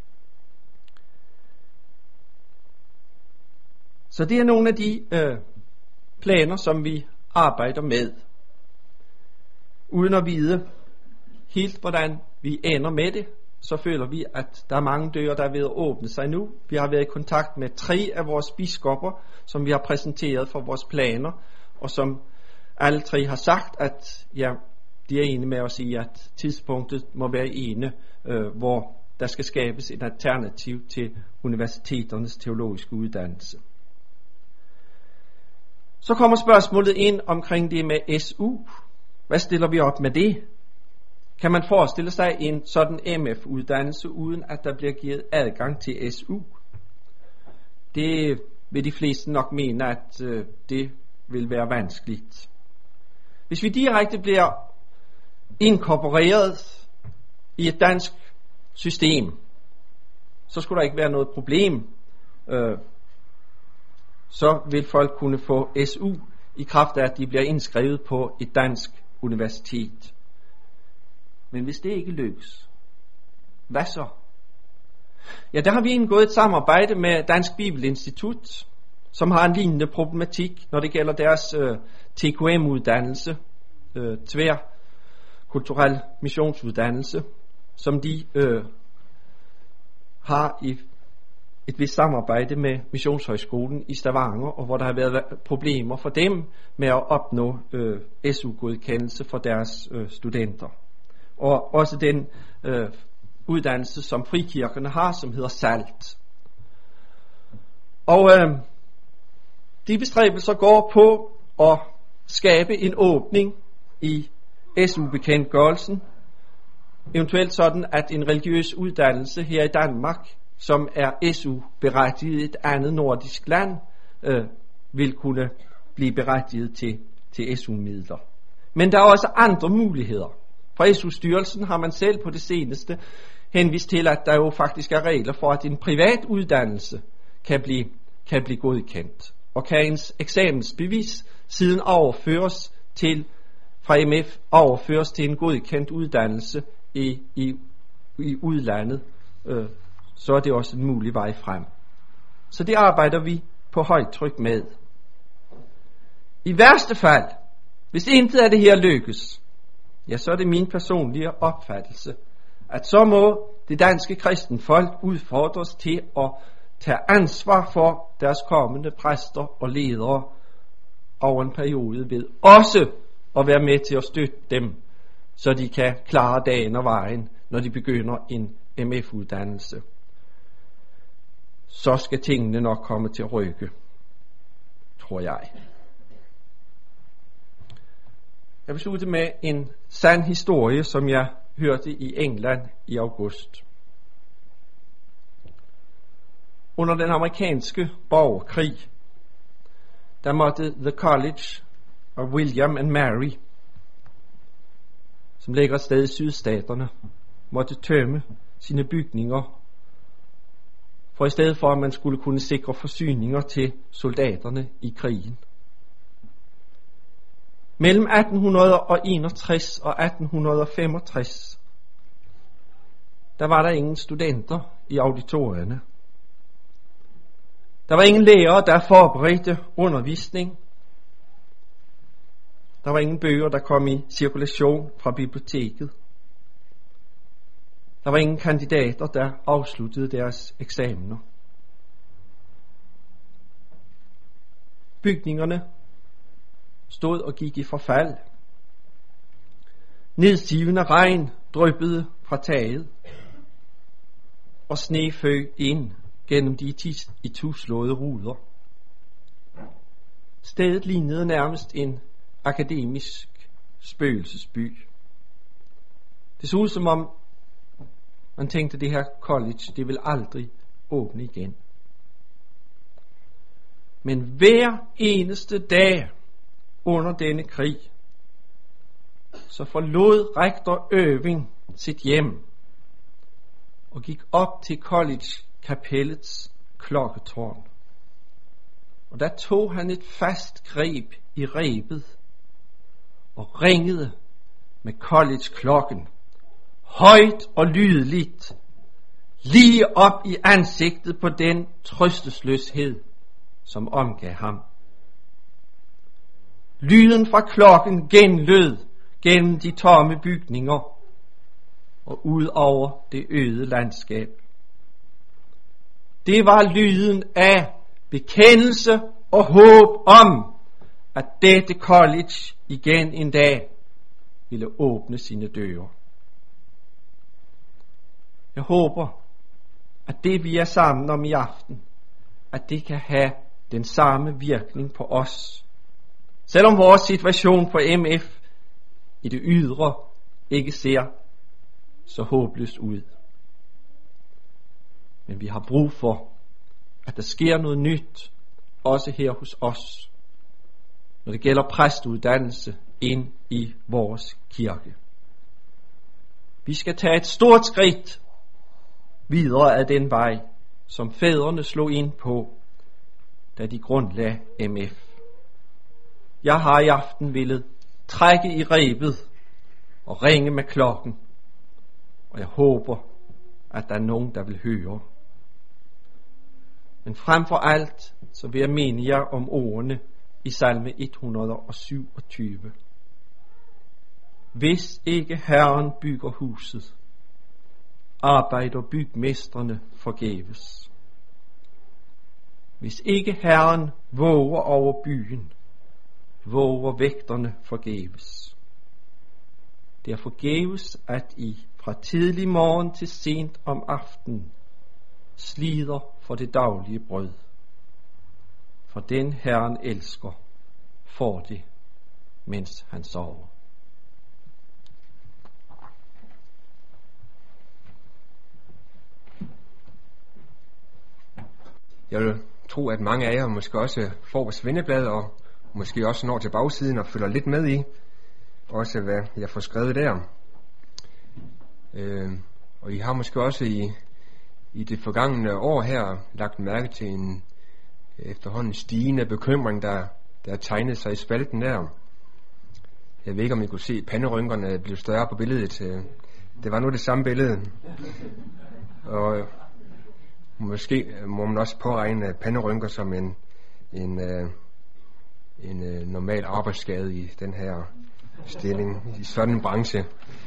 Så det er nogle af de øh, planer, som vi arbejder med, uden at vide helt, hvordan vi ender med det. Så føler vi, at der er mange døre, der er ved at åbne sig nu. Vi har været i kontakt med tre af vores biskopper, som vi har præsenteret for vores planer, og som alle tre har sagt, at ja, de er enige med os i, at tidspunktet må være ene, øh, hvor der skal skabes et alternativ til universiteternes teologiske uddannelse. Så kommer spørgsmålet ind omkring det med S U. Hvad stiller vi op med det? Kan man forestille sig en sådan M F-uddannelse, uden at der bliver givet adgang til S U? Det vil de fleste nok mene, at øh, det vil være vanskeligt. Hvis vi direkte bliver inkorporeret i et dansk system, så skulle der ikke være noget problem. Øh, så vil folk kunne få S U i kraft af, at de bliver indskrevet på et dansk universitet. Men hvis det ikke lykkes, hvad så? Ja, der har vi indgået et samarbejde med Dansk Bibelinstitut, som har en lignende problematik, når det gælder deres øh, T K M-uddannelse, øh, tværkulturel missionsuddannelse, som de øh, har i et vist samarbejde med Missionshøjskolen i Stavanger, og hvor der har været problemer for dem med at opnå øh, S U-godkendelse for deres øh, studenter. Og også den øh, uddannelse, som frikirkerne har, som hedder SALT. Og øh, de bestræbelser går på at skabe en åbning i S U-bekendtgørelsen, eventuelt sådan, at en religiøs uddannelse her i Danmark, som er S U-berettiget i et andet nordisk land, øh, vil kunne blive berettiget til, til S U-midler. Men der er også andre muligheder. Fra S U-styrelsen har man selv på det seneste henvist til, at der jo faktisk er regler for, at en privat uddannelse kan blive, kan blive godkendt, og kan ens eksamensbevis siden overføres til, fra M F overføres til en godkendt uddannelse i, i, i udlandet, øh, så er det også en mulig vej frem. Så det arbejder vi på højtryk med. I værste fald, hvis intet af det her lykkes, ja, så er det min personlige opfattelse, at så må det danske kristenfolk udfordres til at tage ansvar for deres kommende præster og ledere over en periode ved også at være med til at støtte dem, så de kan klare dagen og vejen, når de begynder en M F-uddannelse. Så skal tingene nok komme til at rykke, tror jeg. Jeg vil slutte med en sand historie, som jeg hørte i England i august. Under den amerikanske borgerkrig, der måtte The College of William and Mary, som ligger et sted i sydstaterne, måtte tømme sine bygninger, for i stedet for at man skulle kunne sikre forsyninger til soldaterne i krigen. Mellem atten enogtres og atten femogtres, der var der ingen studenter i auditorierne. Der var ingen lærere, der forberedte undervisning. Der var ingen bøger, der kom i cirkulation fra biblioteket. Der var ingen kandidater, der afsluttede deres eksamener. Bygningerne stod og gik i forfald. Nedsivende regn dryppede fra taget, og sne føg ind gennem de ituslåede ruder. Stedet lignede nærmest en akademisk spøgelsesby. Det så ud som om man tænkte, at det her college, det vil aldrig åbne igen. Men hver eneste dag under denne krig, så forlod rektor Irving sit hjem og gik op til college-kapellets klokketårn. Og der tog han et fast greb i rebet og ringede med college-klokken, højt og lydeligt, lige op i ansigtet på den trøstesløshed, som omgav ham. Lyden fra klokken genlød gennem de tomme bygninger og ud over det øde landskab. Det var lyden af bekendelse og håb om, at dette college igen en dag ville åbne sine døre. Jeg håber, at det vi er sammen om i aften, at det kan have den samme virkning på os. Selvom vores situation på M F i det ydre ikke ser så håbløst ud. Men vi har brug for, at der sker noget nyt, også her hos os, når det gælder præstuddannelse ind i vores kirke. Vi skal tage et stort skridt videre af den vej, som fædrene slog ind på, da de grundlagde M F. Jeg har i aften villet trække i rebet og ringe med klokken, og jeg håber, at der er nogen, der vil høre. Men frem for alt, så vil jeg minde jer om ordene i salme et hundrede og syvogtyve. Hvis ikke Herren bygger huset, arbejder bygmestrene forgæves. Hvis ikke Herren våger over byen, våger vægterne forgæves. Det er forgæves, at I fra tidlig morgen til sent om aftenen slider for det daglige brød. For den Herren elsker, får det, mens han sover. Jeg vil tro, at mange af jer måske også får vores venneblad, og måske også når til bagsiden og følger lidt med i, også hvad jeg får skrevet der. Øh, og I har måske også i, i det forgangne år her lagt mærke til en efterhånden stigende bekymring, der, der tegnet sig i spalten der. Jeg ved ikke, om I kunne se panderynkerne blive større på billedet. Det var nu det samme billede. Og måske må man også påregne panderynker som en, en, en normal arbejdsskade i den her stilling, i sådan en branche.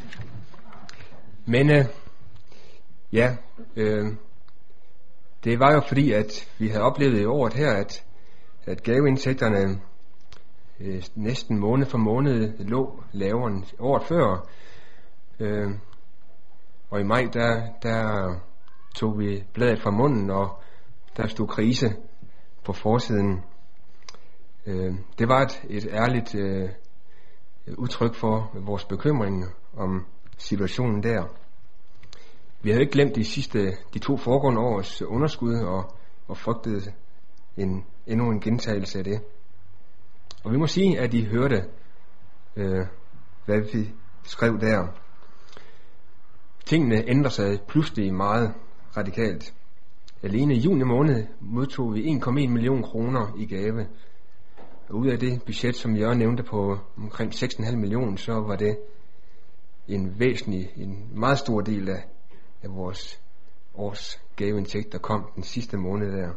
Men øh, ja, øh, det var jo fordi, at vi havde oplevet i året her, at, at gaveindtægterne øh, næsten måned for måned lå lavere end året før. Øh, og i maj, der, der tog vi bladet fra munden, og der stod krise på forsiden. Øh, det var et, et ærligt øh, udtryk for vores bekymring om situationen der. Vi havde ikke glemt de sidste, de to foregående års underskud og, og frygtede en, endnu en gentagelse af det. Og vi må sige, at I hørte, øh, hvad vi skrev der. Tingene ændrer sig pludselig meget radikalt. Alene i juni måned modtog vi en komma en million kroner i gave. Og ud af det budget, som jeg nævnte på omkring seks komma fem millioner, så var det en væsentlig, en meget stor del af, af vores års gaveindtægt, der kom den sidste måned der.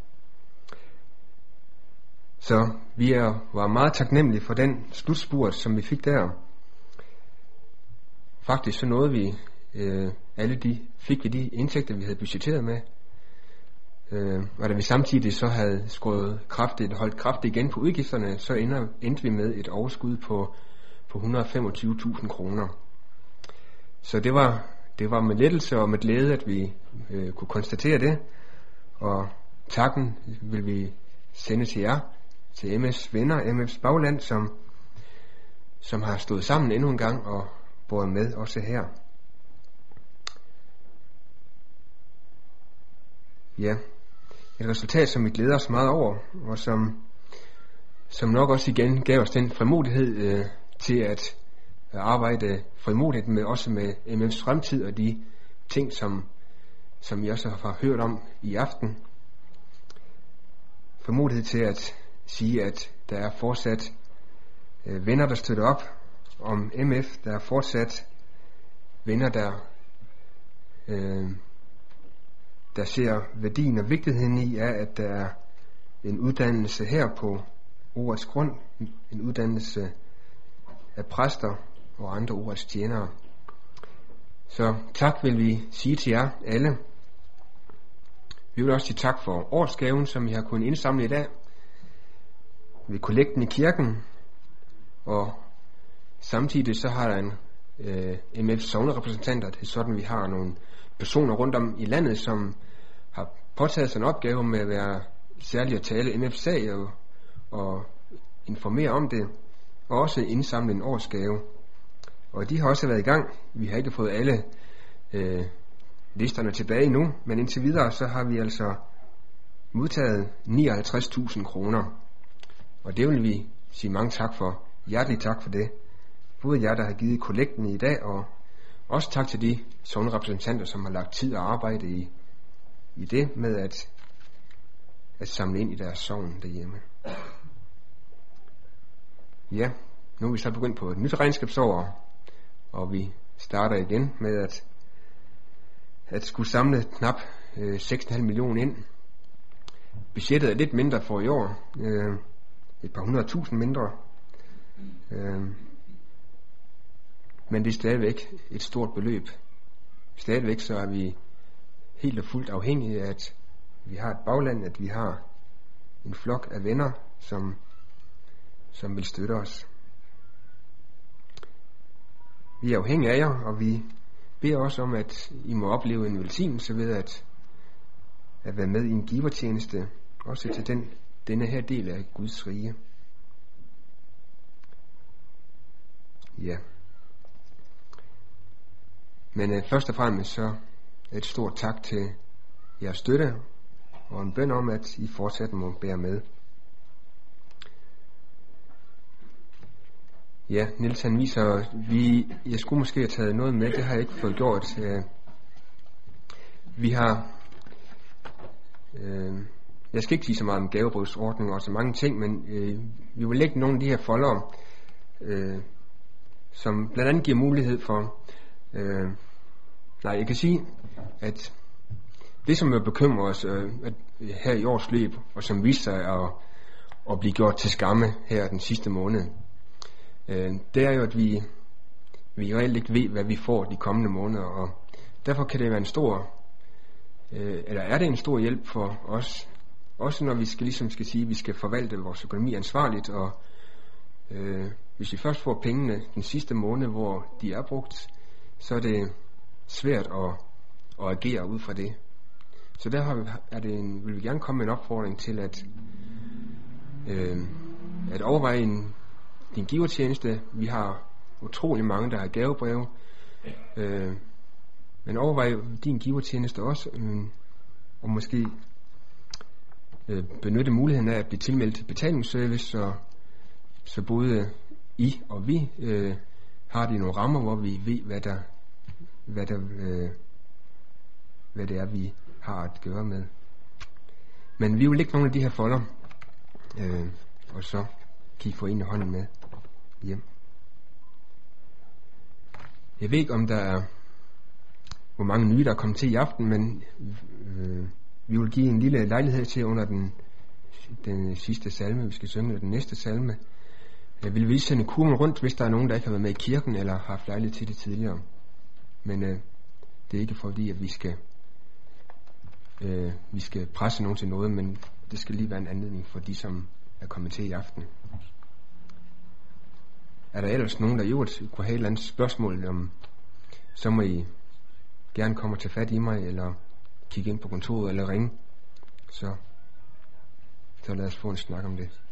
Så vi er, var meget taknemmelige for den slutspurt, som vi fik der. Faktisk så nåede vi øh, alle de, fik vi de indtægter, vi havde budgetteret med. Øh, og da vi samtidig så havde skåret kraftigt, holdt kraftigt igen på udgifterne, så ender, endte vi med et overskud på, på et hundrede og femogtyve tusind kroner. Så det var, det var med lettelse og med glæde, at vi øh, kunne konstatere det. Og takken vil vi sende til jer, til M F's venner, M F's bagland, som, som har stået sammen endnu en gang og båret med også her. Ja, et resultat, som vi glæder os meget over, og som, som nok også igen gav os den frimodighed øh, til at arbejde frimodigt med, også med M F's fremtid og de ting, som, som I også har hørt om i aften. Frimodighed til at sige, at der er fortsat øh, venner, der støtter op om M F. Der er fortsat venner, der, øh, der ser værdien og vigtigheden i, er, at der er en uddannelse her på ordets grund, en uddannelse af præster og andre ordets tjenere. Så tak vil vi sige til jer alle. Vi vil også sige tak for årsgaven, som I har kunnet indsamle i dag ved kollekten i kirken, og samtidig så har der en øh, M F sognerepræsentanter. Det er sådan, vi har nogle personer rundt om i landet, som har påtaget sig en opgave med at være særligt at tale M F sag og, og informere om det, og også indsamle en årsgave. Og de har også været i gang. Vi har ikke fået alle øh, listerne tilbage endnu, men indtil videre så har vi altså modtaget nioghalvtreds tusind kroner. Og det vil vi sige mange tak for. Hjertelig tak for det. Både jer, der har givet kollekten i dag, og også tak til de sognerepræsentanter, som har lagt tid og arbejde i, i det med at, at samle ind i deres sogn derhjemme. Ja, nu er vi så begyndt på et nyt regnskabsår, og vi starter igen med at, at skulle samle knap øh, seks komma fem millioner ind. Budgettet er lidt mindre for i år, øh, et par hundrede tusind mindre, øh, men det er stadigvæk et stort beløb. Stadigvæk så er vi helt og fuldt afhængige af, at vi har et bagland, at vi har en flok af venner, som, som vil støtte os. Vi er afhængige af jer, og vi beder også om, at I må opleve en velsignelse ved at, at være med i en givertjeneste, også til den, denne her del af Guds rige. Ja. Men uh, først og fremmest så et stort tak til jeres støtte, og en bøn om, at I fortsat må bære med. Ja, Niels han viser, vi, jeg skulle måske have taget noget med, det har jeg ikke fået gjort. Uh, vi har, uh, jeg skal ikke sige så meget om gavebrevsordning og så mange ting, men uh, vi vil lægge nogle af de her folder, uh, som blandt andet giver mulighed for, uh, nej, jeg kan sige, at det som er bekymrer os uh, at her i års løb, og som viser sig at, at blive gjort til skamme her den sidste måned, det er jo, at vi, vi reelt ikke ved, hvad vi får de kommende måneder, og derfor kan det være en stor, øh, eller er det en stor hjælp for os, også når vi skal, ligesom skal sige, at vi skal forvalte vores økonomi ansvarligt, og øh, hvis vi først får pengene den sidste måned, hvor de er brugt, så er det svært at, at agere ud fra det. Så der er det en, vil vi gerne komme med en opfordring til at, øh, at overveje en din givertjeneste. Vi har utrolig mange, der har gavebreve, øh, men overvej din givertjeneste også, øh, og måske øh, benytte muligheden af at blive tilmeldt betalingsservice, så, så både I og vi øh, har de nogle rammer, hvor vi ved, hvad der, hvad der, øh, hvad det er, vi har at gøre med. Men vi vil lægge nogle af de her folder, øh, og så kan I få en i hånden med hjem. Jeg ved ikke, om der er, hvor mange nye, der er kommet til i aften, men øh, vi vil give en lille lejlighed til under den, den sidste salme, vi skal synge, den næste salme. Jeg vil vise sende kurven rundt, hvis der er nogen, der ikke har været med i kirken, eller har haft lejlighed til det tidligere. Men øh, det er ikke fordi, at vi skal, øh, vi skal presse nogen til noget, men det skal lige være en anledning for de, som er kommet til i aften. Er der ellers nogen, der i øvrigt kunne have et eller andet spørgsmål om, så må I gerne komme og tage fat i mig, eller kigge ind på kontoret, eller ringe. Så, så lad os få en snak om det.